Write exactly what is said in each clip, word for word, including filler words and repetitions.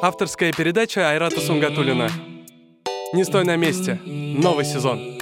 Авторская передача Айрата Сунгатуллина. «Не стой на месте». Новый сезон.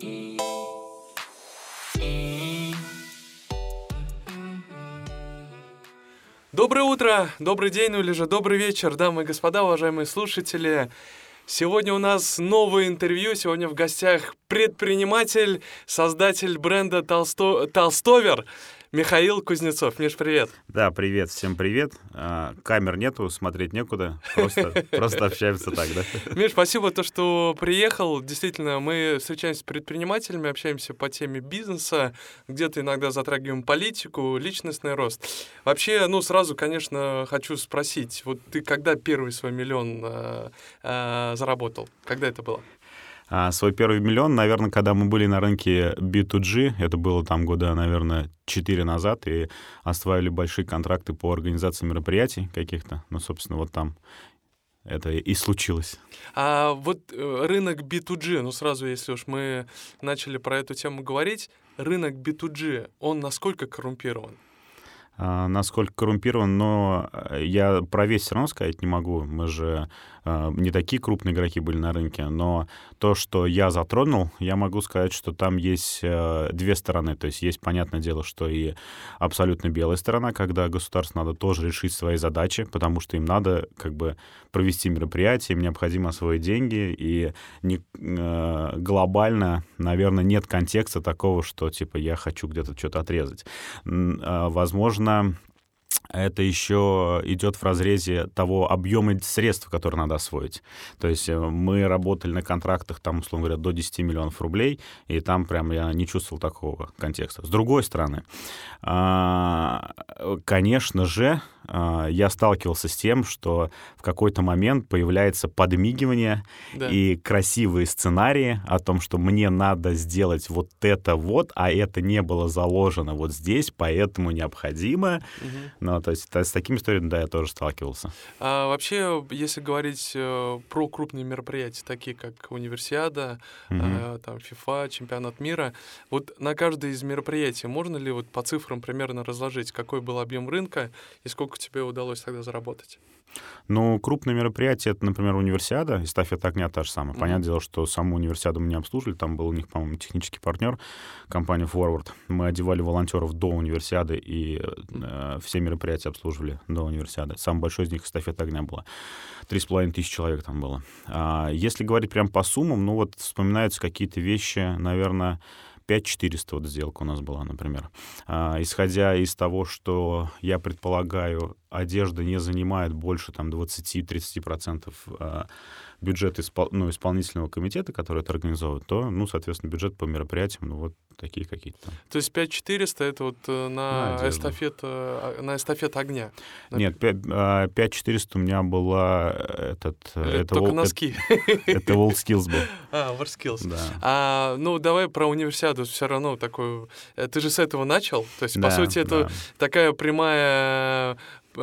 Доброе утро, добрый день, ну или же добрый вечер, дамы и господа, уважаемые слушатели. Сегодня у нас новое интервью. Сегодня в гостях предприниматель, создатель бренда Толсто... Толстовер Михаил Кузнецов. Миш, привет. Да, привет, всем привет. А, камер нету, смотреть некуда, просто, просто общаемся так, да? Миш, спасибо, то, что приехал. Действительно, мы встречаемся с предпринимателями, общаемся по теме бизнеса, где-то иногда затрагиваем политику, личностный рост. Вообще, ну, сразу, конечно, хочу спросить, вот ты когда первый свой миллион э, э, заработал? Когда это было? А, свой первый миллион, наверное, когда мы были на рынке би ту джи, это было там года, наверное, четыре назад, и осваивали большие контракты по организации мероприятий каких-то. Ну, собственно, вот там это и случилось. А вот э, рынок би ту джи, ну, сразу, если уж мы начали про эту тему говорить, рынок би ту джи, он насколько коррумпирован? А, насколько коррумпирован, но я про весь все равно сказать не могу. Мы же а, не такие крупные игроки были на рынке, но то, что я затронул, я могу сказать, что там есть а, две стороны. То есть есть, понятное дело, что и абсолютно белая сторона, когда государству надо тоже решить свои задачи, потому что им надо как бы провести мероприятие, им необходимо освоить деньги, и не, а, глобально, наверное, нет контекста такого, что типа я хочу где-то что-то отрезать. А, возможно, это еще идет в разрезе того объема средств, которые надо освоить. То есть мы работали на контрактах, там, условно говоря, до десять миллионов рублей, и там прям я не чувствовал такого контекста. С другой стороны, конечно же, я сталкивался с тем, что в какой-то момент появляется подмигивание, да, и красивые сценарии о том, что мне надо сделать вот это вот, а это не было заложено вот здесь, поэтому необходимо. Угу. Ну, то есть с такими историями, да, я тоже сталкивался. А вообще, если говорить э, про крупные мероприятия, такие как Универсиада, угу. э, там, FIFA, Чемпионат мира, вот на каждое из мероприятий можно ли вот по цифрам примерно разложить, какой был объем рынка и сколько тебе удалось тогда заработать? Ну, крупные мероприятия, это, например, Универсиада, эстафета огня та же самая. Mm-hmm. Понятное дело, что саму Универсиаду мы не обслуживали, там был у них, по-моему, технический партнер, компания Forward. Мы одевали волонтеров до Универсиады, и э, все мероприятия обслуживали до Универсиады. Самый большой из них эстафета огня была. Три с половиной тысячи человек там было. А если говорить прям по суммам, ну вот вспоминаются какие-то вещи, наверное, пять тысяч четыреста вот сделка у нас была, например. А, исходя из того, что я предполагаю, одежда не занимает больше там двадцать-тридцать процентов а, бюджета испол... ну, исполнительного комитета, который это организовывает, то, ну, соответственно, бюджет по мероприятиям, ну, вот такие какие-то там. То есть пять тысяч четыреста это вот на, на, эстафет, на эстафет огня? Нет, пять тысяч четыреста у меня была этот... Это только носки. Это, это WorldSkills был. А, WorldSkills. Да. А, ну, давай про Универсиаду все равно такой... Ты же с этого начал? То есть, да, по сути, это да. такая прямая...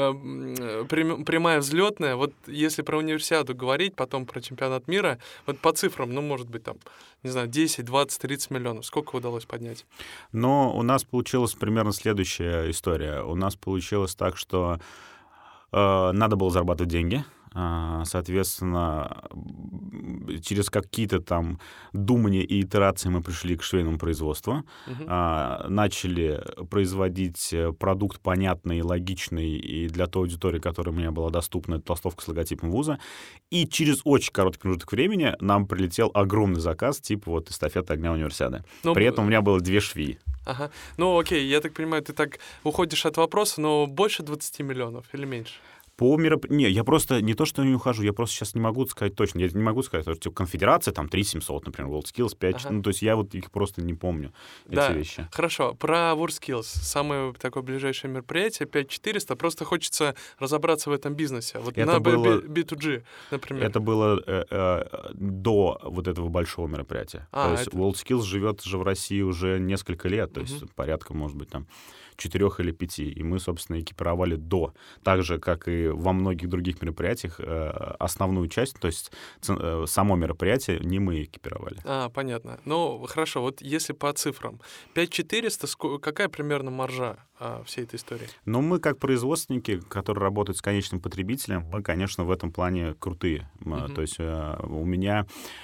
прямая взлетная. Вот если про Универсиаду говорить, потом про чемпионат мира, вот по цифрам, ну, может быть, там, не знаю, десять, двадцать, тридцать миллионов. Сколько удалось поднять? Но у нас получилась примерно следующая история. У нас получилось так, что э, надо было зарабатывать деньги. Соответственно, через какие-то там думания и итерации мы пришли к швейному производству, uh-huh. начали производить продукт понятный, логичный и для той аудитории, которая мне была доступна, это толстовка с логотипом вуза. И через очень короткий промежуток времени нам прилетел огромный заказ, типа вот эстафета огня Универсиады. Но... При этом у меня было две швеи. Ага. Ну окей, я так понимаю, ты так уходишь от вопроса, но больше двадцати миллионов или меньше? По мероп... Не, я просто не то, что не ухожу, я просто сейчас не могу сказать точно. Я не могу сказать, что типа, конфедерация, там, три тысячи семьсот, например, WorldSkills, пять тысяч. Ага. Ну, то есть я вот их просто не помню, да. эти вещи. Хорошо. Про WorldSkills. Самое такое ближайшее мероприятие, пять тысяч четыреста. Просто хочется разобраться в этом бизнесе. Вот это на было... би ту джи, например. Это было э, э, до вот этого большого мероприятия. А, то есть это... WorldSkills живет же в России уже несколько лет, то есть угу. порядка, может быть, там... четырех или пяти. И мы, собственно, экипировали до. Так же, как и во многих других мероприятиях, основную часть, то есть само мероприятие, не мы экипировали. А, понятно. Ну, хорошо, вот если по цифрам. пять четыреста, какая примерно маржа а, всей этой истории? Ну, мы как производственники, которые работают с конечным потребителем, мы, конечно, в этом плане крутые. Uh-huh. То есть э, у меня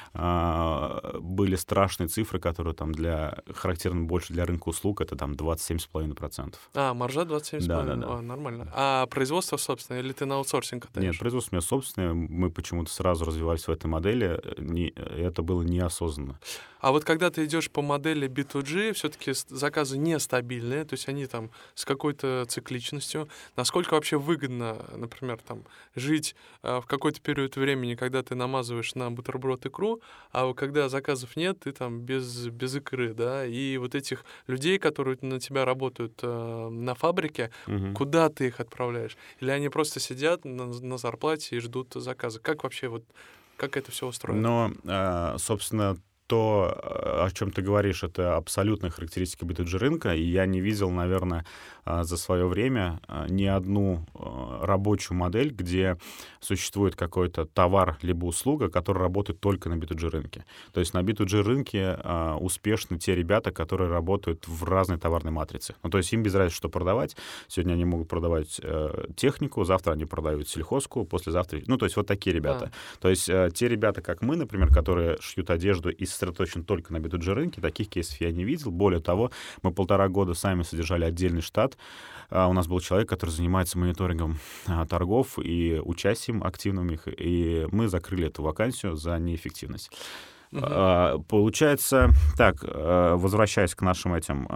э, были страшные цифры, которые там для характерны больше для рынка услуг, это там двадцать семь целых пять десятых процента. А, маржа двадцать семь целых пять десятых процента. Да, да, да. А, нормально. А производство собственное или ты на аутсорсинг отдаешь? Нет, производство у меня собственное. Мы почему-то сразу развивались в этой модели. Не, это было неосознанно. А вот когда ты идешь по модели би ту джи, все-таки заказы нестабильные, то есть они там с какой-то цикличностью. Насколько вообще выгодно, например, там жить э, в какой-то период времени, когда ты намазываешь на бутерброд икру, а когда заказов нет, ты там без, без икры, да, и вот этих людей, которые на тебя работают э, на фабрике, угу. Куда ты их отправляешь? Или они просто сидят на, на зарплате и ждут заказа? Как вообще вот, как это все устроено? Ну, собственно, то, о чем ты говоришь, это абсолютная характеристика би ту джи рынка, и я не видел, наверное, за свое время ни одну рабочую модель, где существует какой-то товар либо услуга, который работает только на би ту джи рынке. То есть на би ту джи рынке успешны те ребята, которые работают в разной товарной матрице. Ну, то есть им без разницы, что продавать. Сегодня они могут продавать технику, завтра они продают сельхозку, послезавтра... Ну, то есть вот такие ребята. А. То есть те ребята, как мы, например, которые шьют одежду и сосредоточен только на би ту джи рынке. Таких кейсов я не видел. Более того, мы полтора года сами содержали отдельный штат. У нас был человек, который занимается мониторингом торгов и участием активным их. И мы закрыли эту вакансию за неэффективность. Uh-huh. Получается, так, возвращаясь к нашим этим,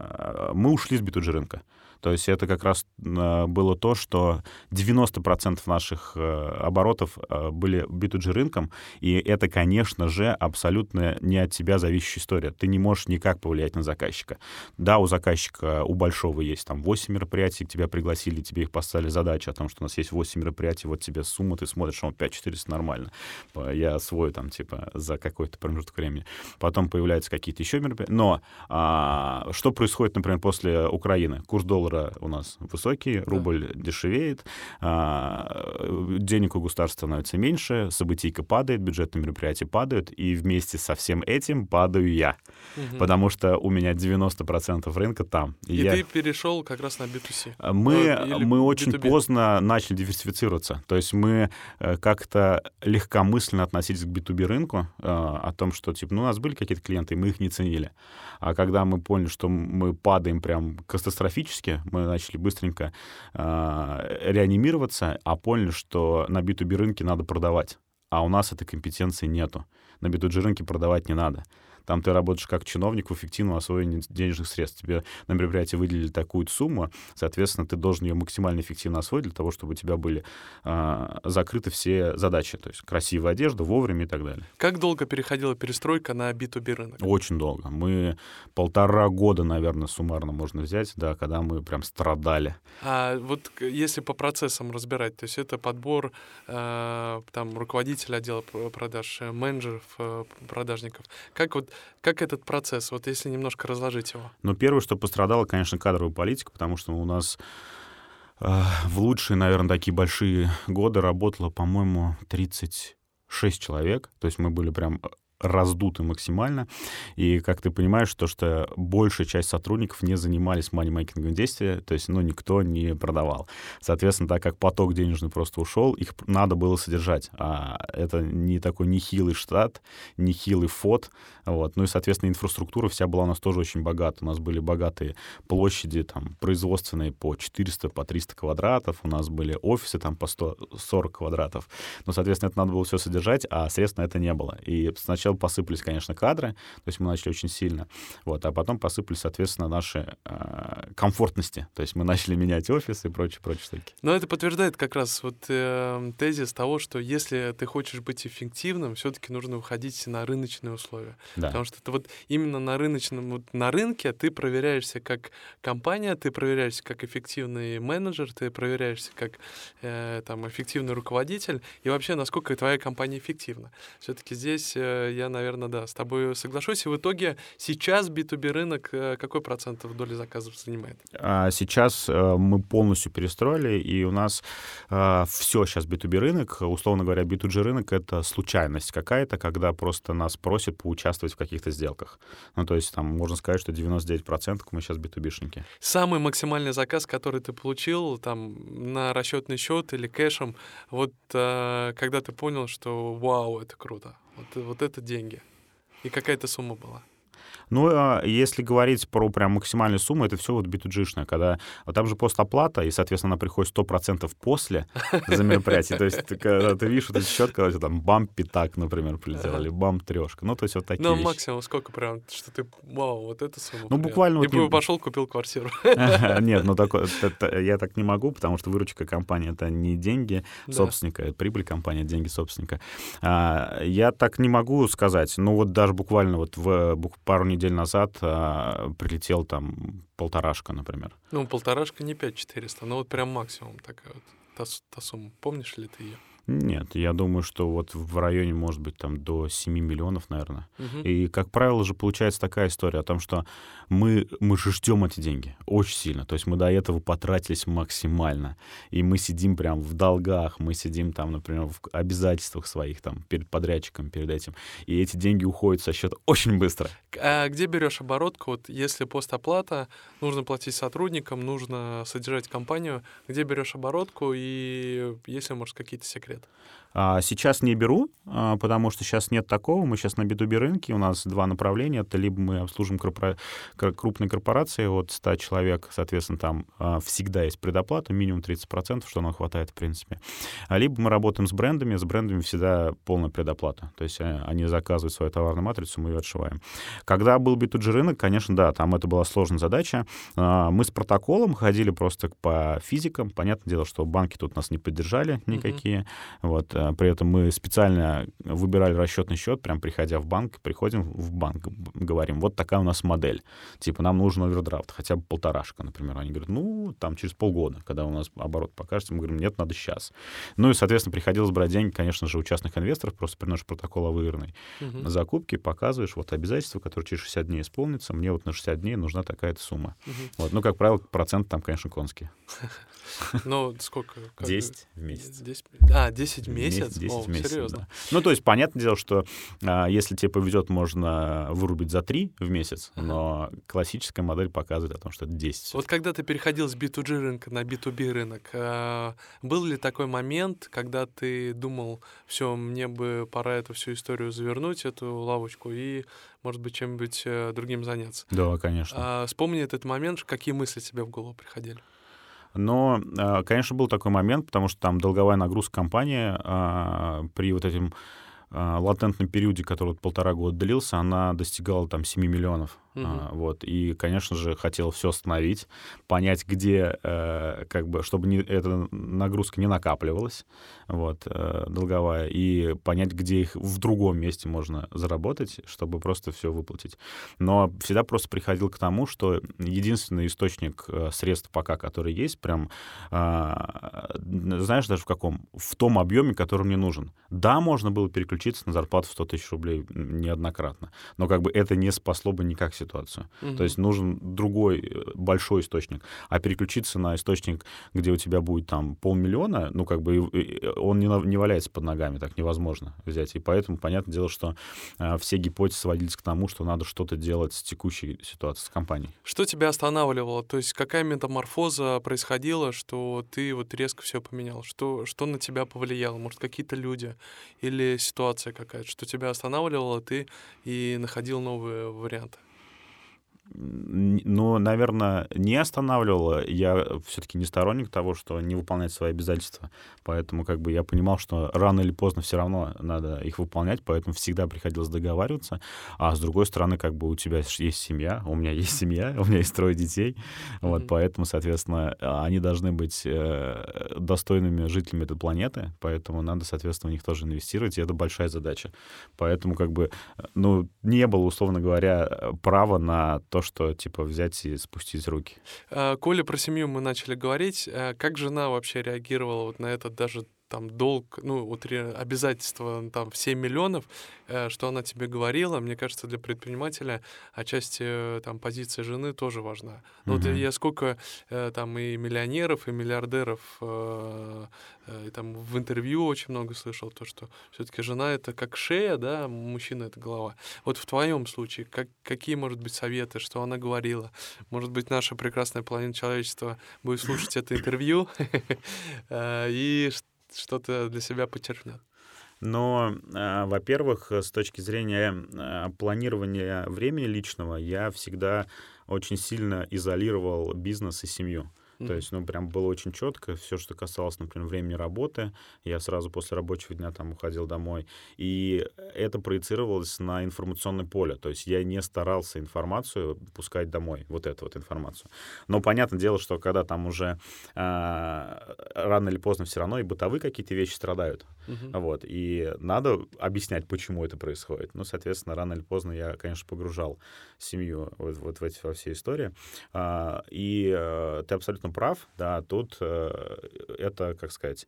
мы ушли с би ту джи рынка. То есть это как раз было то, что девяносто процентов наших оборотов были би ту джи рынком, и это, конечно же, абсолютно не от тебя зависящая история. Ты не можешь никак повлиять на заказчика. Да, у заказчика, у большого есть там восемь мероприятий, тебя пригласили, тебе их поставили задачу о том, что у нас есть восемь мероприятий, вот тебе сумма, ты смотришь, он пять четыреста нормально. Я свой там, типа, за какой-то промежуток времени. Потом появляются какие-то еще мероприятия. Но а, что происходит, например, после Украины? Курс доллара у нас высокий, рубль да. дешевеет, денег у государства становится меньше, событийка падает, бюджетные мероприятия падают, и вместе со всем этим падаю я. Угу. Потому что у меня девяносто процентов рынка там. И, и я... ты перешел как раз на би ту си? Мы, мы очень би ту би. Поздно начали диверсифицироваться. То есть мы как-то легкомысленно относились к би ту би рынку, о том, что типа, ну, у нас были какие-то клиенты, и мы их не ценили. А когда мы поняли, что мы падаем прям катастрофически, мы начали быстренько э, реанимироваться, а поняли, что на би ту би рынке надо продавать. А у нас этой компетенции нету. На би ту джи рынке продавать не надо. Там ты работаешь как чиновник в эффективном освоении денежных средств. Тебе на мероприятии выделили такую сумму, соответственно, ты должен ее максимально эффективно освоить для того, чтобы у тебя были э, закрыты все задачи. То есть красивая одежда, вовремя и так далее. Как долго переходила перестройка на би ту би рынок? Очень долго. Мы полтора года, наверное, суммарно можно взять, да, когда мы прям страдали. А вот если по процессам разбирать, то есть это подбор э, там, руководителя отдела продаж, менеджеров, э, продажников. Как вот Как этот процесс, вот если немножко разложить его? Ну, первое, что пострадало, конечно, кадровая политика, потому что у нас э, в лучшие, наверное, такие большие годы работало, по-моему, тридцать шесть человек. То есть мы были прям раздуты максимально. И, как ты понимаешь, то, что большая часть сотрудников не занимались манимейкинговым действием, то есть, ну, никто не продавал. Соответственно, так как поток денежный просто ушел, их надо было содержать. А это не такой нехилый штат, нехилый фот. Вот. Ну и, соответственно, инфраструктура вся была у нас тоже очень богата. У нас были богатые площади там, производственные по четыреста, по триста квадратов. У нас были офисы там по сто сорок квадратов. Ну, соответственно, это надо было все содержать, а средств на это не было. И сначала посыпались, конечно, кадры, то есть мы начали очень сильно, вот, а потом посыпались, соответственно, наши э, комфортности, то есть мы начали менять офис и прочее, прочее штуки. Но это подтверждает как раз вот э, тезис того, что если ты хочешь быть эффективным, все-таки нужно выходить на рыночные условия, да. Потому что это вот именно на рыночном, вот на рынке ты проверяешься как компания, ты проверяешься как эффективный менеджер, ты проверяешься как э, там эффективный руководитель и вообще насколько твоя компания эффективна. Все-таки здесь э, я, наверное, да, с тобой соглашусь. И в итоге сейчас би ту би рынок э, какой процент в доле заказов занимает? А сейчас э, мы полностью перестроили, и у нас э, все сейчас би ту би рынок. Условно говоря, би ту джи рынок — это случайность какая-то, когда просто нас просят поучаствовать в каких-то сделках. Ну, то есть там можно сказать, что девяносто девять процентов мы сейчас би ту би-шники. Самый максимальный заказ, который ты получил там на расчетный счет или кэшем, вот э, когда ты понял, что вау, это круто, вот, вот это деньги. И какая-то сумма была. Ну, а если говорить про прям максимальную сумму, это все вот би ту джи-шное, когда вот там же постоплата, и, соответственно, она приходит сто процентов после за мероприятие. То есть ты, когда ты видишь вот этот счет, когда у тебя там бам пятак, например, прилетел, или бам трешка. Ну, то есть вот такие Ну, вещи. максимум сколько прям, что ты, вау, вот это сумма. Ну, буквально... И вот не- пошел, купил квартиру. Нет, ну такое, это- я так не могу, потому что выручка компании — это не деньги Да. собственника, это прибыль компании, это деньги собственника. А, Я так не могу сказать. Ну вот даже буквально вот в бук- пару недель назад а, прилетел там полторашка, например. Ну, полторашка не пять четыреста, но вот прям максимум такая вот та, с- та сумма. Помнишь ли ты ее? Нет, я думаю, что вот в районе, может быть, там до семи миллионов, наверное. Мгм. И, как правило же, получается такая история о том, что мы, мы же ждем эти деньги очень сильно. То есть мы до этого потратились максимально. И мы сидим прям в долгах, мы сидим там, например, в обязательствах своих там перед подрядчиком, перед этим. И эти деньги уходят со счета очень быстро. К- А где берешь оборотку? Вот если постоплата, нужно платить сотрудникам, нужно содержать компанию. Где берешь оборотку и если, может, какие-то секреты? А сейчас не беру, а, потому что сейчас нет такого. Мы сейчас на би ту би рынке, у нас два направления. Это либо мы обслуживаем корпора- кор- крупные корпорации от ста человек, соответственно, там а, всегда есть предоплата, минимум тридцать процентов, что нам хватает, в принципе. А либо мы работаем с брендами, с брендами всегда полная предоплата. То есть э, они заказывают свою товарную матрицу, мы ее отшиваем. Когда был би ту джи рынок, конечно, да, там это была сложная задача. А, Мы с протоколом ходили просто по физикам. Понятное дело, что банки тут нас не поддержали никакие. Вот. а, При этом мы специально выбирали расчетный счет, прям приходя в банк, приходим в банк, г- говорим, вот такая у нас модель. Типа, нам нужен овердрафт, хотя бы полторашка, например. Они говорят, ну, там через полгода, когда у нас оборот покажется, мы говорим, нет, надо сейчас. Ну и, соответственно, приходилось брать деньги, конечно же, у частных инвесторов, просто приносишь протокол о выигранной Мгм. закупке, показываешь, вот обязательства, которые через шестьдесят дней исполнятся, мне вот на шестьдесят дней нужна такая-то сумма. Мгм. Вот. Ну, как правило, проценты там, конечно, конские. Ну, сколько? Как бы? десять в месяц. десять А, десять в месяц? десять О, в месяц, серьезно? да. Ну, то есть, понятное дело, что а, если тебе повезет, можно вырубить за три в месяц, Ага. но классическая модель показывает о том, что это десять. Вот когда ты переходил с би ту джи рынка на би ту би рынок, а, был ли такой момент, когда ты думал, все, мне бы пора эту всю историю завернуть, эту лавочку, и, может быть, чем-нибудь э, другим заняться? Да, конечно. А, вспомни этот момент, какие мысли тебе в голову приходили? Но, а, конечно, был такой момент, потому что там долговая нагрузка компании а, при вот этом а, латентном периоде, который вот полтора года длился, она достигала там семи миллионов. Мгм. А, вот. И, конечно же, хотел все остановить, понять, где, э, как бы, чтобы не, эта нагрузка не накапливалась, вот, э, долговая, и понять, где их в другом месте можно заработать, чтобы просто все выплатить. Но всегда просто приходил к тому, что единственный источник э, средств пока, который есть, прям, а, знаешь, даже в каком? В том объеме, который мне нужен. Да, можно было переключиться на зарплату в сто тысяч рублей неоднократно, но как бы это не спасло бы никак ситуацию. Мгм. То есть нужен другой э, большой источник. А переключиться на источник, где у тебя будет там полмиллиона, ну как бы и- и он не, на- не валяется под ногами, так невозможно взять. И поэтому, понятное дело, что э, все гипотезы сводились к тому, что надо что-то делать с текущей ситуацией, с компанией. Что тебя останавливало? То есть какая метаморфоза происходила, что ты вот резко все поменял? Что, что на тебя повлияло? Может, какие-то люди или ситуация какая-то, что тебя останавливало, ты и находил новые варианты? Н- Но, наверное, не останавливало. Я все-таки не сторонник того, что не выполнять свои обязательства. Поэтому как бы я понимал, что рано или поздно все равно надо их выполнять, поэтому всегда приходилось договариваться. А с другой стороны, как бы у тебя ж есть семья, у меня есть семья, у меня есть трое детей. Вот, Мгм. поэтому, соответственно, они должны быть э, достойными жителями этой планеты, поэтому надо, соответственно, в них тоже инвестировать, и это большая задача. Поэтому, как бы, ну, не было, условно говоря, права на то, что, типа, взять и спустить руки. А, Коля, про семью мы начали говорить. А Как жена вообще реагировала вот на этот даже там долг, ну, вот ре- обязательства там в семь миллионов, э, что она тебе говорила, мне кажется, для предпринимателя отчасти э, там позиция жены тоже важна. Ну, вот Мгм. я сколько э, там и миллионеров, и миллиардеров э, э, и там в интервью очень много слышал, то, что все-таки жена — это как шея, да, мужчина — это голова. Вот в твоем случае, как, какие, может быть, советы, что она говорила? Может быть, наша прекрасная половина человечества будет слушать это интервью э, и ш- что-то для себя подчеркнет. Но, а, во-первых, э, с точки зрения а, планирования времени личного, я всегда очень сильно изолировал бизнес и семью. То Мгм. есть, ну, прям было очень четко все, что касалось, например, времени работы. Я сразу после рабочего дня там уходил домой. И это проецировалось на информационное поле. То есть я не старался информацию пускать домой, вот эту вот информацию. Но понятное дело, что когда там уже а, рано или поздно все равно и бытовые какие-то вещи страдают. Мгм. Вот, и надо объяснять, почему это происходит. Ну, соответственно, рано или поздно я, конечно, погружал семью вот, вот в эти во все истории. А, и э, ты абсолютно прав, да, тут э, это, как сказать,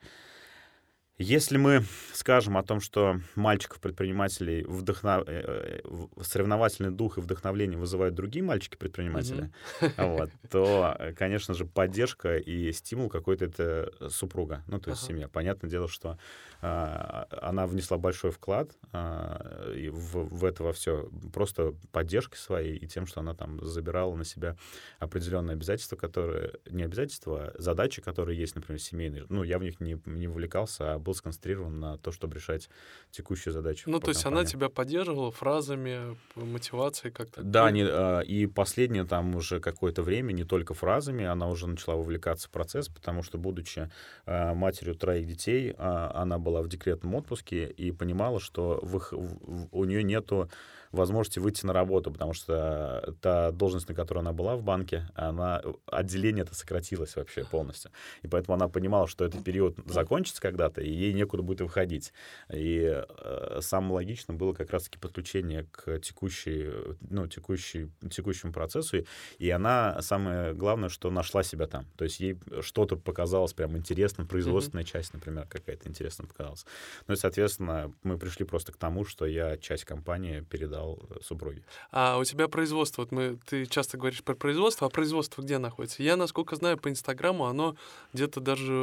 если мы скажем о том, что мальчиков-предпринимателей вдохно... э, в- соревновательный дух и вдохновление вызывают другие мальчики-предприниматели, Мгм. вот, то, э, конечно же, поддержка и стимул какой-то — это супруга, ну, то есть Ага. семья. Понятное дело, что а, она внесла большой вклад а, и в, в это во все просто поддержкой своей и тем, что она там забирала на себя определенные обязательства, которые... Не обязательства, а задачи, которые есть, например, семейные. Ну, я в них не, не вовлекался, а был сконцентрирован на то, чтобы решать текущие задачи Ну, по то есть она компании. тебя поддерживала фразами, п- мотивацией как-то. Да, Ты- не, а, и последнее там уже какое-то время, не только фразами, она уже начала вовлекаться в процесс, потому что, будучи а, матерью троих детей, а, она была в декретном отпуске и понимала, что в их- в- в- у нее нету возможности выйти на работу, потому что та должность, на которой она была в банке, она, отделение это сократилось вообще полностью. И поэтому она понимала, что этот период закончится когда-то, и ей некуда будет выходить. И э, самым логичным было как раз-таки подключение к текущей, ну, текущей, текущему процессу. И она, самое главное, что нашла себя там. То есть ей что-то показалось прям интересным, Мгм. производственная часть, например, какая-то интересная показалась. Ну и, соответственно, мы пришли просто к тому, что я часть компании передал э, супруге. А у тебя производство, вот мы, ты часто говоришь про производство, а производство где находится? Я, насколько знаю, по Инстаграму оно где-то даже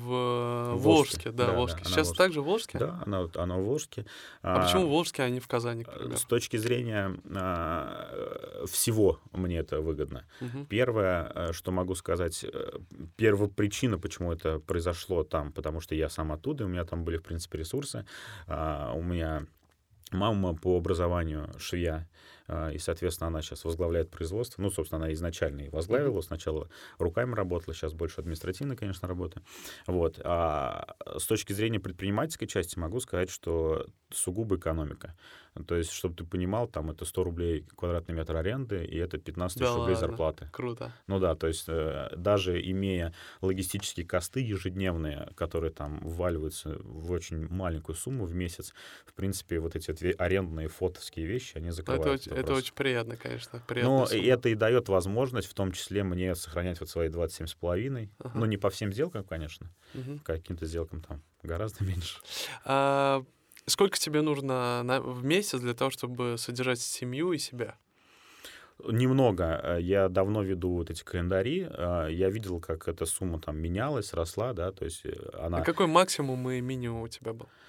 в В Волжске. Волжске, да, Да, да, Волжске. она в Сейчас Волжске. также в Волжске? Да, она, вот- она в Волжске. А почему в А, Волжске, а не в Казани, к Э, С примеру? точки зрения а, всего мне это выгодно. Мгм. Первое, э, что могу сказать, э, первопричина, почему это произошло там, потому что я сам оттуда, и у меня там были, в принципе, ресурсы. А, У меня мама по образованию швея, а, и, соответственно, она сейчас возглавляет производство. Ну, собственно, она изначально и Мгм. возглавила. Сначала руками работала, сейчас больше административной, конечно, работы. Вот. А с точки зрения предпринимательской части могу сказать, что сугубо экономика. То есть, чтобы ты понимал, там это сто рублей квадратный метр аренды, и это пятнадцать Да тысяч рублей ладно, зарплаты. круто. Ну да, то есть э, даже имея логистические косты ежедневные, которые там вваливаются в очень маленькую сумму в месяц, в принципе, вот эти вот ве- арендные фотовские вещи, они Ну, Это, закрывают очень- этот это вопрос. очень приятно, конечно, приятная Но и сумма. это и дает возможность, в том числе, мне сохранять вот свои двадцать семь с половиной. Ну, Ага. не по всем сделкам, конечно. Мгм. К каким-то сделкам там гораздо меньше. А сколько тебе нужно на- в месяц для того, чтобы содержать семью и себя? Немного. Э, Я давно веду вот эти календари. э, Я видел, как эта сумма там менялась, росла, да, то есть э, А она... какой максимум и минимум у тебя был?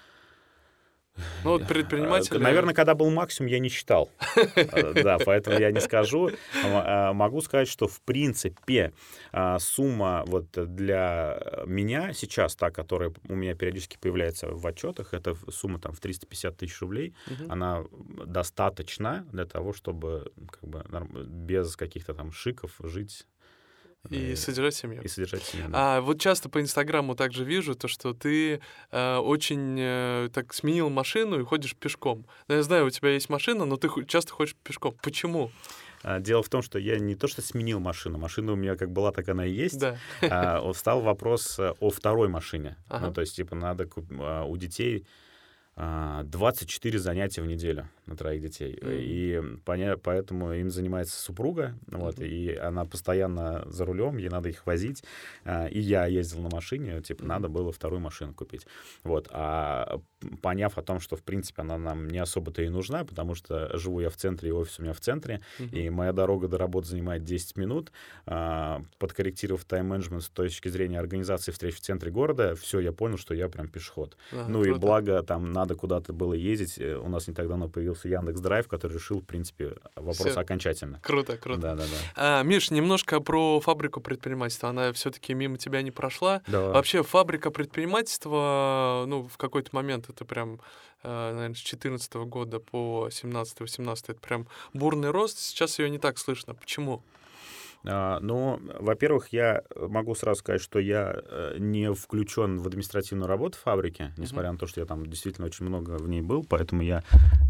Ну вот Э, к- предприниматели... Наверное, когда был максимум, я не считал. Э, Да, поэтому я не скажу. М- а, Могу сказать, что в принципе а, сумма вот для меня сейчас, та, которая у меня периодически появляется в отчетах, это в- сумма там в триста пятьдесят тысяч рублей. Мгм. Она достаточна для того, чтобы как бы норм- без каких-то там шиков жить И э, содержать семью. и содержать семью. Да. А вот часто по Инстаграму также вижу то, что ты э, очень э, так сменил машину и ходишь пешком. Ну, я знаю, у тебя есть машина, но ты хо- часто ходишь пешком. Почему? А, Дело в том, что я не то что сменил машину, машина у меня как была, так она и есть. Да. А, вот Встал вопрос э, о второй машине. Ну, Ага. то есть, типа, надо куп- а, у детей двадцать четыре занятия в неделю на троих детей. Mm-hmm. И поня- поэтому им занимается супруга, вот, mm-hmm. и она постоянно за рулем, ей надо их возить. И я ездил на машине, типа, mm-hmm. надо было вторую машину купить. Вот. А поняв о том, что, в принципе, она нам не особо-то и нужна, потому что живу я в центре, и офис у меня в центре, mm-hmm. и моя дорога до работы занимает десять минут, подкорректировав тайм-менеджмент с точки зрения организации встреч в центре города, все, я понял, что я прям пешеход. Ah, ну круто. И благо, там надо куда-то было ездить. У нас не так давно появился Яндекс.Драйв, который решил, в принципе, вопрос Всё. окончательно. Круто, круто. Да, да, да. А, Миш, немножко про фабрику предпринимательства. Она все-таки мимо тебя не прошла. Да. Вообще, фабрика предпринимательства, ну, в какой-то момент это прям, наверное, с четырнадцатого года по семнадцатый-восемнадцатый, это прям бурный рост. Сейчас ее не так слышно. Почему? Uh, ну, во-первых, я могу сразу сказать, что я не включен в административную работу фабрики, несмотря mm-hmm. на то, что я там действительно очень много в ней был, поэтому я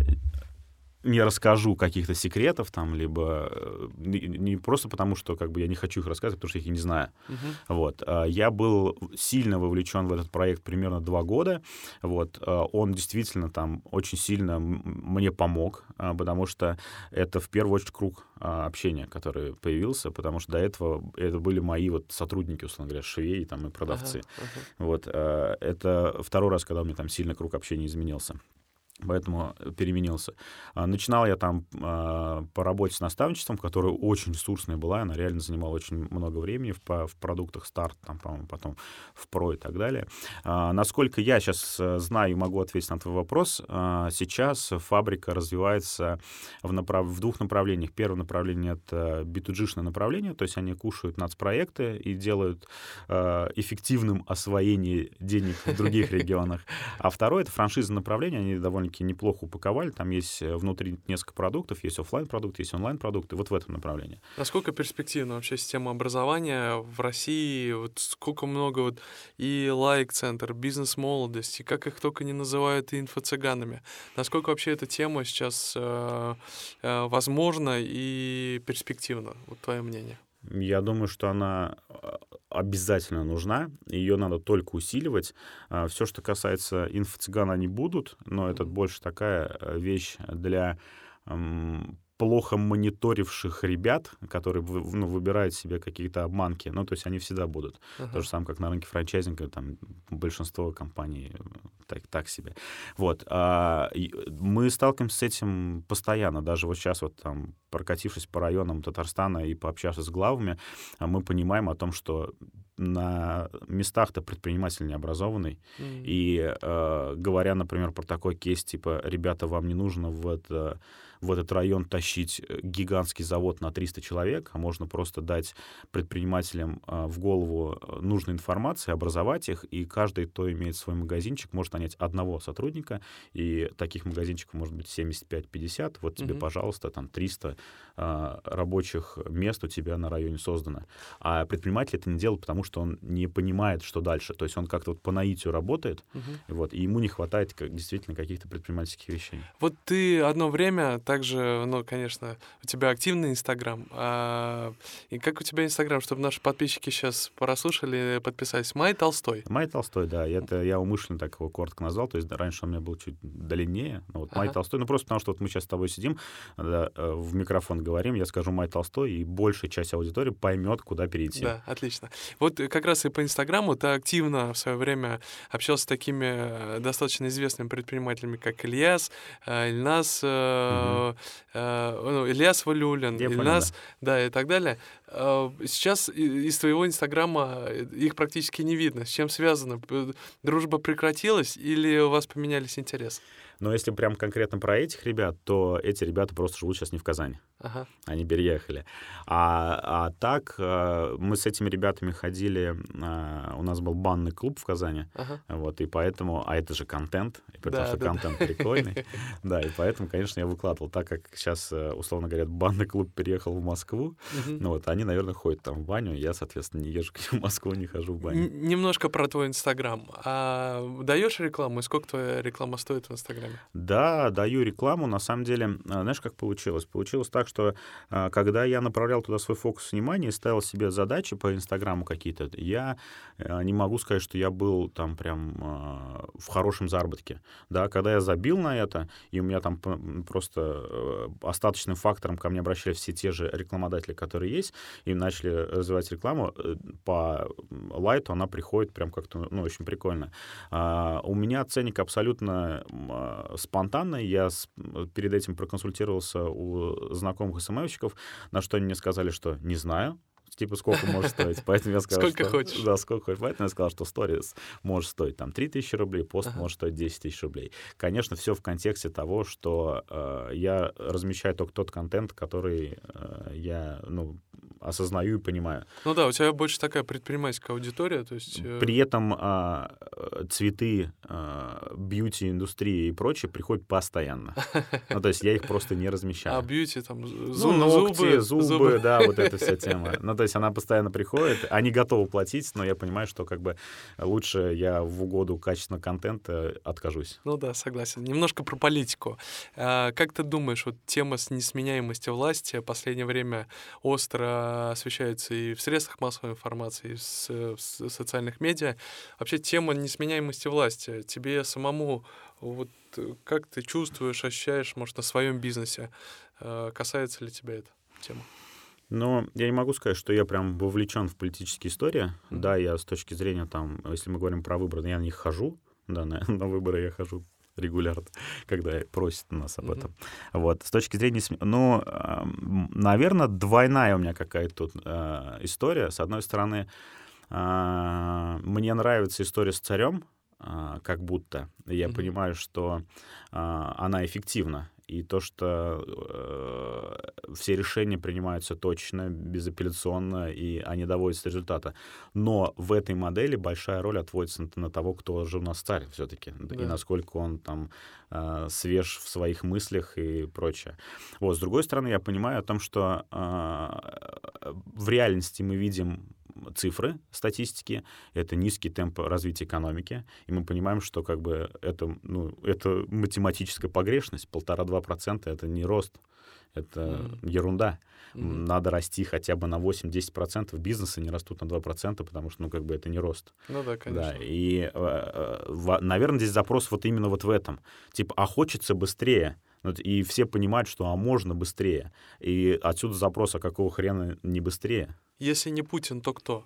не расскажу каких-то секретов там, либо не, не просто потому, что как бы я не хочу их рассказывать, потому что я их не знаю. Uh-huh. Вот. Я был сильно вовлечен в этот проект примерно два года. Вот. Он действительно там очень сильно мне помог, потому что это в первую очередь круг общения, который появился, потому что до этого это были мои вот сотрудники, условно говоря, швеи там, и продавцы. Uh-huh. Uh-huh. Вот. Это второй раз, когда у меня там сильно круг общения изменился. Поэтому переменился. Начинал я там э, по работе с наставничеством, которая очень ресурсная была, она реально занимала очень много времени в, в продуктах старт, там, по-моему, потом в про и так далее. А, насколько я сейчас знаю и могу ответить на твой вопрос, а, сейчас фабрика развивается в, направ... в двух направлениях. Первое направление — это би ту джи-шное направление, то есть они кушают нацпроекты и делают э, эффективным освоение денег в других регионах. А второе — это франшизное направление, они довольно неплохо упаковали. Там есть внутри несколько продуктов, есть офлайн-продукты, есть онлайн-продукты. Вот в этом направлении. Насколько перспективна вообще система образования в России? Вот сколько много вот и лайк-центр, бизнес-молодость, и как их только не называют и инфо-цыганами. Насколько вообще эта тема сейчас э, э, возможна и перспективна? Вот твое мнение. Я думаю, что она обязательно нужна, ее надо только усиливать. Все, что касается инфо-цыган, они будут, но это больше такая вещь для плохо мониторивших ребят, которые ну, выбирают себе какие-то обманки. Ну, то есть они всегда будут. Uh-huh. То же самое, как на рынке франчайзинга, там большинство компаний так, так себе. Вот. А, мы сталкиваемся с этим постоянно. Даже вот сейчас, вот там, прокатившись по районам Татарстана и пообщавшись с главами, мы понимаем о том, что на местах-то предприниматель необразованный. Mm-hmm. И э, говоря, например, про такой кейс, типа, ребята, вам не нужно в, это, в этот район тащить гигантский завод на триста человек, а можно просто дать предпринимателям э, в голову нужной информации, образовать их, и каждый, кто имеет свой магазинчик, может нанять одного сотрудника, и таких магазинчиков может быть семьдесят пять - пятьдесят. Вот тебе, mm-hmm. пожалуйста, там триста э, рабочих мест у тебя на районе создано. А предприниматель это не делает, потому что что он не понимает, что дальше. То есть он как-то вот по наитию работает, uh-huh. вот, и ему не хватает как, действительно каких-то предпринимательских вещей. Вот ты одно время также, ну, конечно, у тебя активный Инстаграм. А, и как у тебя Инстаграм, чтобы наши подписчики сейчас прослушали, подписались? Май Толстой. Май Толстой, да. Это я умышленно так его коротко назвал. То есть раньше он у меня был чуть длиннее. Но вот uh-huh. Май Толстой. Ну, просто потому что вот мы сейчас с тобой сидим, да, в микрофон говорим, я скажу Май Толстой, и большая часть аудитории поймет, куда перейти. Да, отлично. Вот как раз и по Инстаграму ты активно в свое время общался с такими достаточно известными предпринимателями, как Ильяс, Ильнас, угу. ну, Ильяс Валюлин, Я Ильнас, понял, да. да, и так далее. Сейчас из твоего Инстаграма их практически не видно. С чем связано? Дружба прекратилась или у вас поменялись интересы? Но если прям конкретно про этих ребят, то эти ребята просто живут сейчас не в Казани. Ага. Они переехали. А, а так мы с этими ребятами ходили, у нас был банный клуб в Казани, ага. вот, и поэтому, а это же контент, потому да, что да, контент да. прикольный, да, и поэтому, конечно, я выкладывал, так как сейчас, условно говоря, банный клуб переехал в Москву, ну вот, они, наверное, ходят там в баню, я, соответственно, не езжу в Москву, не хожу в баню. Немножко про твой Инстаграм. А даешь рекламу, и сколько твоя реклама стоит в Инстаграме? время? Да, даю рекламу. На самом деле, знаешь, как получилось? Получилось так, что когда я направлял туда свой фокус внимания и ставил себе задачи по Инстаграму какие-то, я не могу сказать, что я был там прям в хорошем заработке. Да, когда я забил на это, и у меня там просто остаточным фактором ко мне обращались все те же рекламодатели, которые есть, и начали развивать рекламу, по лайту она приходит прям как-то, ну, очень прикольно. А, у меня ценник абсолютно а, спонтанный. Я с, перед этим проконсультировался у знакомых эс эм эм-щиков, на что они мне сказали, что не знаю, типа, сколько может стоить. Поэтому я сказал, сколько что... хочешь. Да, сколько хочешь. Поэтому я сказал, что сторис может стоить там три тысячи рублей, пост Ага. может стоить десять тысяч рублей. Конечно, все в контексте того, что э, я размещаю только тот контент, который э, я, ну, осознаю и понимаю. Ну да, у тебя больше такая предпринимательская аудитория, то есть... Э... При этом а, цветы, а, бьюти-индустрии и прочее приходят постоянно. Ну, то есть я их просто не размещаю. А бьюти, там, зуб, ну, ногти, зубы, зубы, да, вот эта вся тема. Ну, то есть она постоянно приходит, они готовы платить, но я понимаю, что как бы лучше я в угоду качественного контента откажусь. Ну да, согласен. Немножко про политику. А, как ты думаешь, вот тема с несменяемостью власти в последнее время остро освещается и в средствах массовой информации, и в, в социальных медиа. Вообще тема несменяемости власти. Тебе самому, вот как ты чувствуешь, ощущаешь, может, на своем бизнесе, касается ли тебя эта тема? Но я не могу сказать, что я прям вовлечен в политические истории. Mm-hmm. Да, я с точки зрения, там, если мы говорим про выборы, я на них хожу. Да, на, на выборы я хожу регулярно, когда просят нас об этом. Mm-hmm. Вот. С точки зрения... Ну, наверное, двойная у меня какая-то тут э, история. С одной стороны, э, мне нравится история с царем, э, как будто. Я mm-hmm. понимаю, что э, она эффективна. И то, что э, все решения принимаются точно, безапелляционно, и они доводятся до результата. Но в этой модели большая роль отводится на, на того, кто же у нас царь все-таки, да. И насколько он там э, свеж в своих мыслях и прочее. Вот. С другой стороны, я понимаю о том, что э, в реальности мы видим цифры, статистики, это низкий темп развития экономики, и мы понимаем, что как бы это, ну, это математическая погрешность, полтора-два процента — это не рост, это mm-hmm. ерунда. Mm-hmm. Надо расти хотя бы на восемь-десять процентов, бизнесы не растут на два процента, потому что, ну, как бы это не рост. Ну да, конечно. Да, и, наверное, здесь запрос вот именно вот в этом. Типа, а хочется быстрее. И все понимают, что а можно быстрее. И отсюда запрос, а какого хрена не быстрее? Если не Путин, то кто?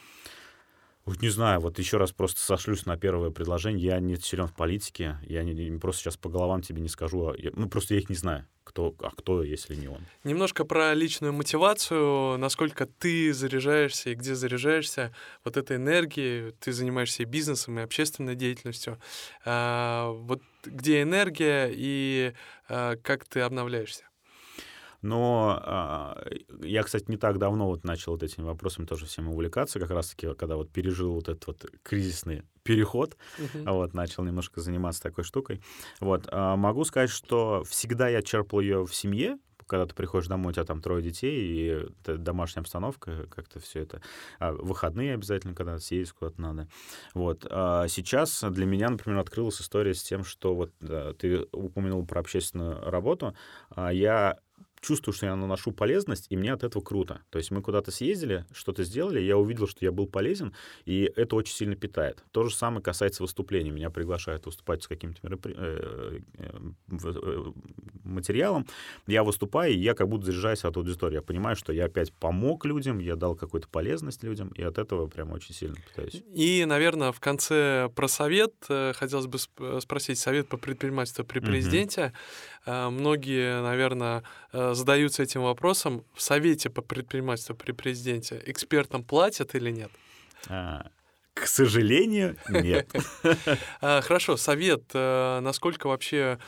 Вот не знаю, вот еще раз просто сошлюсь на первое предложение. Я не силен в политике, я не, не, просто сейчас по головам тебе не скажу. Я, ну, просто я их не знаю. Кто, а кто, если не он? Немножко про личную мотивацию, насколько ты заряжаешься и где заряжаешься вот этой энергией. Ты занимаешься и бизнесом, и общественной деятельностью. А, вот где энергия и а, как ты обновляешься? Но а, я, кстати, не так давно вот начал вот этими вопросами тоже всем увлекаться, как раз-таки, когда вот пережил вот этот вот кризисный переход, uh-huh. вот, начал немножко заниматься такой штукой. Вот, а, могу сказать, что всегда я черпал ее в семье. Когда ты приходишь домой, у тебя там трое детей, и это домашняя обстановка, как-то все это. А выходные обязательно, когда съездить куда-то надо. Вот. А сейчас для меня, например, открылась история с тем, что вот да, ты упомянул про общественную работу. А я чувствую, что я наношу полезность, и мне от этого круто. То есть мы куда-то съездили, что-то сделали, я увидел, что я был полезен, и это очень сильно питает. То же самое касается выступлений. Меня приглашают выступать с каким-то меропри... материалом. Я выступаю, и я как будто заряжаюсь от аудитории. Я понимаю, что я опять помог людям, я дал какую-то полезность людям, и от этого прям очень сильно питаюсь. И, наверное, в конце про совет. Хотелось бы спросить совет по предпринимательству при президенте. Uh-huh. Многие, наверное, задаются этим вопросом. В совете по предпринимательству при президенте экспертам платят или нет? А, к сожалению, нет. Хорошо, совет. Насколько вообще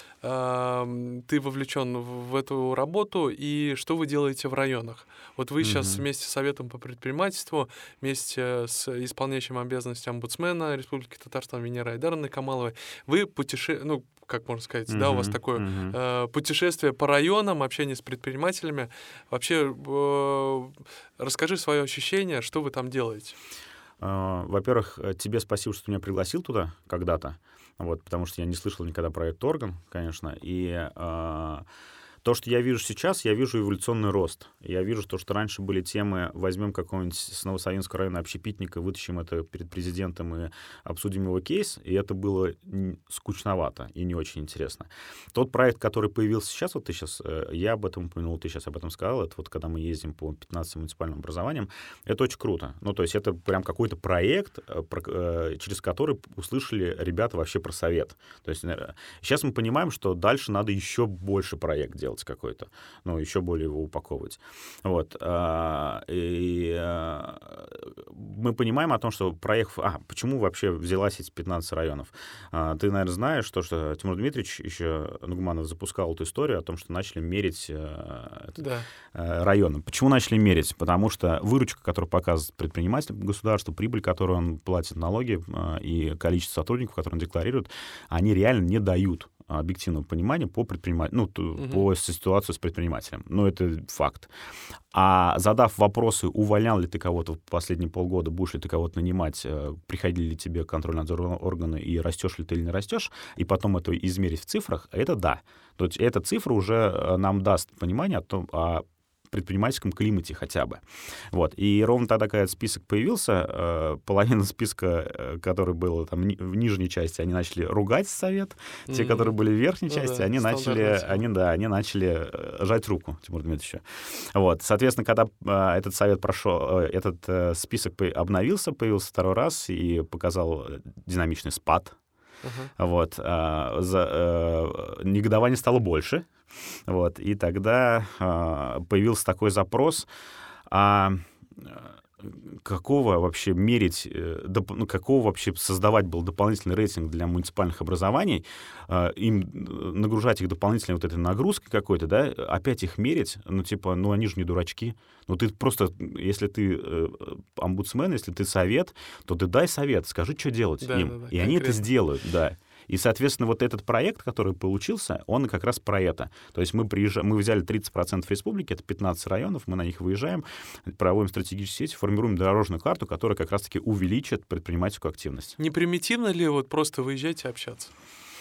ты вовлечен в эту работу и что вы делаете в районах? Вот вы сейчас вместе с Советом по предпринимательству, вместе с исполняющим обязанности омбудсмена Республики Татарстан Венерой Айдаровной Камаловой, вы путеше... ну, как можно сказать, uh-huh, да, у вас такое uh-huh. э, путешествие по районам, общение с предпринимателями. Вообще, э, расскажи свое ощущение, что вы там делаете. А, Во-первых, э, тебе спасибо, что ты меня пригласил туда когда-то, вот, потому что я не слышал никогда про этот орган, конечно, и а, то, что я вижу сейчас, я вижу эволюционный рост. Я вижу то, что раньше были темы, возьмем какого-нибудь с Новосавинского района общепитника, вытащим это перед президентом и обсудим его кейс, и это было н- скучновато и не очень интересно. Тот проект, который появился сейчас, вот ты сейчас, э, я об этом упомянул, ты сейчас об этом сказал, это вот когда мы ездим по пятнадцати муниципальным образованиям, это очень круто. Ну, то есть это прям какой-то проект, э, про- э, через который услышали ребята вообще про совет. То есть э, сейчас мы понимаем, что дальше надо еще больше проект делать какой-то, ну, еще более его упаковывать. Вот. а, И а, мы понимаем о том, что проект... А, почему вообще взялась эти пятнадцать районов? А, Ты, наверное, знаешь, то, что Тимур Дмитриевич еще Нугманов запускал эту историю о том, что начали мерить э, это, Да. э, районы. Почему начали мерить? Потому что выручка, которую показывает предприниматель государству, прибыль, которую он платит, налоги э, и количество сотрудников, которые он декларирует, они реально не дают объективного понимания по предпринимателю, ну, т- Мгм. по ситуации с предпринимателем. Ну, это факт. А задав вопросы, увольнял ли ты кого-то в последние полгода, будешь ли ты кого-то нанимать, э, приходили ли тебе контрольно-надзорные органы, и растешь ли ты или не растешь, и потом это измерить в цифрах, это да. То есть эта цифра уже э, нам даст понимание о том, о предпринимательском климате хотя бы. Вот. И ровно тогда, когда этот список появился, э, половина списка, э, который был там ни- в нижней части, они начали ругать совет. Те, Мгм. которые были в верхней Ну части, да, они начали, стандартная тема. они, да, они начали э, жать руку Тимуру Дмитриевичу. Вот. Соответственно, когда э, этот совет прошел, э, этот э, список по- обновился, появился второй раз и показал э, динамичный спад. Ага. Вот. а, за, э, негодование стало больше. Вот. И тогда а, появился такой запрос, а э, какого вообще мерить, э, доп- ну, какого вообще создавать был дополнительный рейтинг для муниципальных образований, э, им э, нагружать их дополнительной вот этой нагрузкой какой-то, да, опять их мерить, ну, типа, ну, они же не дурачки. Ну, ты просто, если ты э, омбудсмен, если ты совет, то ты дай совет, скажи, что делать Да, им. да, да, И они это конкретно. сделают, да. И, соответственно, вот этот проект, который получился, он как раз про это. То есть мы, приезжаем, мы взяли тридцать процентов республики, это пятнадцать районов, мы на них выезжаем, проводим стратегические сети, формируем дорожную карту, которая как раз-таки увеличит предпринимательскую активность. Не примитивно ли вот просто выезжать и общаться?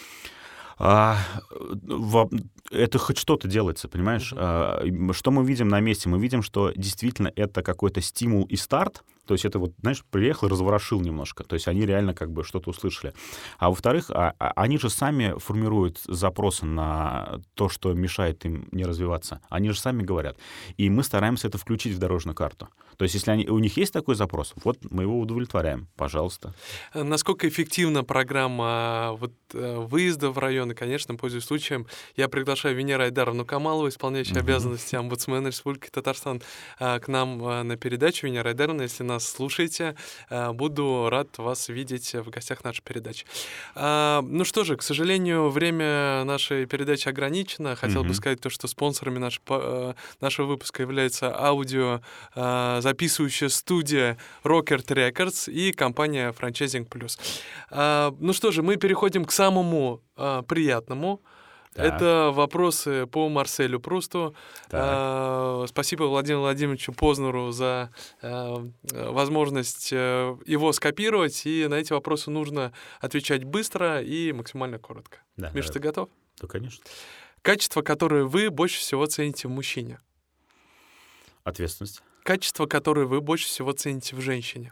А, во- это хоть что-то делается, понимаешь? Мгм. А, и что мы видим на месте? Мы видим, что действительно это какой-то стимул и старт. То есть это вот, знаешь, приехал и разворошил немножко. То есть они реально как бы что-то услышали. А во-вторых, а- а- они же сами формируют запросы на то, что мешает им не развиваться. Они же сами говорят. И мы стараемся это включить в дорожную карту. То есть если они, у них есть такой запрос, вот мы его удовлетворяем. Пожалуйста. Э, Насколько эффективна программа вот, э, выезда в районы? Конечно, пользуясь случаем, я приглашаю Венеру Айдаровну Камалову, исполняющую Мгм. обязанности омбудсмена Республики Татарстан, э, к нам э, на передачу. Венера Айдаровна, если нас слушаете, э, буду рад вас видеть в гостях нашей передачи. А, Ну что же, к сожалению, время нашей передачи ограничено. Хотел бы Мгм. сказать то, что спонсорами наш- по- э, нашего выпуска является аудио э, записывающая студия Rockert Records и компания Franchising Plus. А, Ну что же, мы переходим к самому а, приятному. Так, Это вопросы по Марселю Прусту. так. А, Спасибо Владимиру Владимировичу Познеру за а, э, возможность э, его скопировать. И на эти вопросы нужно отвечать быстро и максимально коротко. Да, Миш, давай. ты готов? Да, конечно. Качество, которое вы больше всего цените в мужчине. Ответственность. Качество, которое вы больше всего цените в женщине.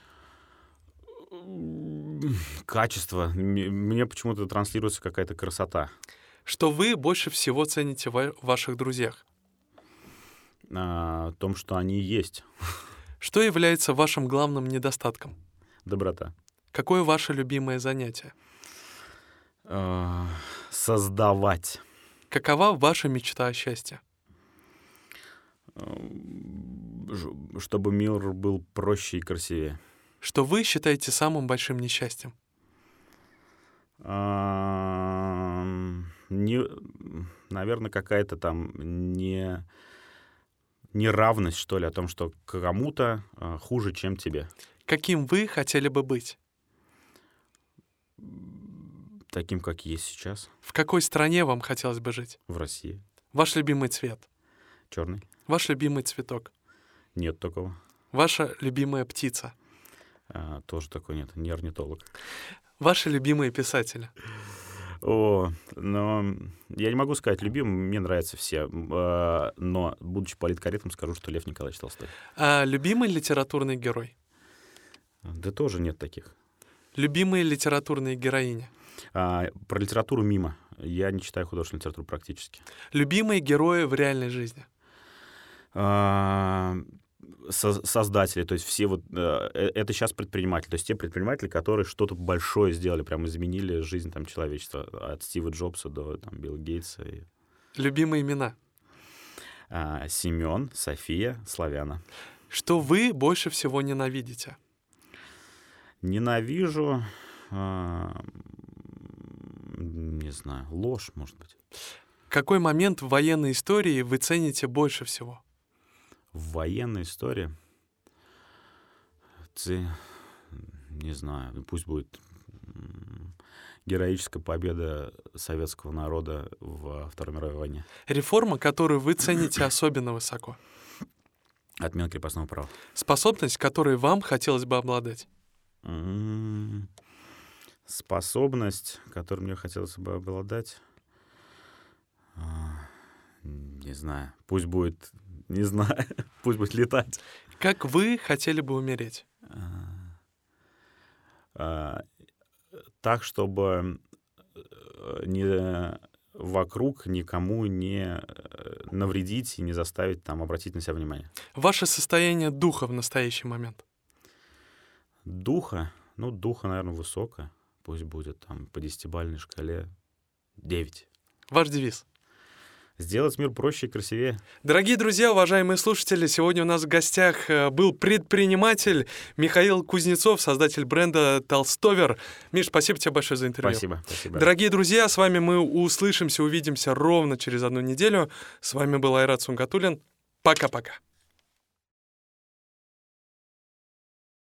Качество. М- Мне почему-то транслируется какая-то красота. Что вы больше всего цените в ваших друзьях? А, о том, что они есть. Что является вашим главным недостатком? Доброта. Какое ваше любимое занятие? А, создавать. Какова ваша мечта о счастье? М, ж- Чтобы мир был проще и красивее. Что вы считаете самым большим несчастьем? А, не, наверное, какая-то там не, неравность, что ли, о том, что кому-то а, хуже, чем тебе. Каким вы хотели бы быть? Таким, как есть сейчас В какой стране вам хотелось бы жить? в России. Ваш любимый цвет? Черный. Ваш любимый цветок? Нет такого. Ваша любимая птица? А, тоже такой нет, не орнитолог. Ваши любимые писатели? О, но я не могу сказать любимым, мне нравятся все. А, но, будучи политкорректным, скажу, что Лев Николаевич Толстой. А любимый литературный герой? Да тоже нет таких. Любимые литературные героини? А, про литературу мимо. Я не читаю художественную литературу практически. Любимые герои в реальной жизни? А, со- создатели, то есть все вот... э, это сейчас предприниматели, то есть те предприниматели, которые что-то большое сделали, прям изменили жизнь там человечества. От Стива Джобса до там, Билла Гейтса. И... Любимые имена? А, Семен, София, Славяна. Что вы больше всего ненавидите? Ненавижу... а, не знаю, ложь, может быть. Какой момент в военной истории вы цените больше всего? В военной истории... Ты... Не знаю, пусть будет м, героическая победа советского народа во Второй мировой войне. Реформа, которую вы цените особенно высоко? Отмена крепостного права. Способность, которой вам хотелось бы обладать? М, Способность, которой мне хотелось бы обладать... а, Не знаю. Пусть будет... Не знаю. Пусть будет летать. Как вы хотели бы умереть? А, а, Так, чтобы э, не вокруг никому не э, навредить и не заставить там обратить на себя внимание. Ваше состояние духа в настоящий момент? Духа, ну, духа, наверное, высокое. Пусть будет там по десятибалльной шкале девять. Ваш девиз? Сделать мир проще и красивее. Дорогие друзья, уважаемые слушатели, сегодня у нас в гостях э, был предприниматель Михаил Кузнецов, создатель бренда Толстовер. Миш, спасибо тебе большое за интервью. Спасибо, спасибо. Дорогие друзья, с вами мы услышимся, увидимся ровно через одну неделю. С вами был Айрат Сунгатуллин. Пока-пока.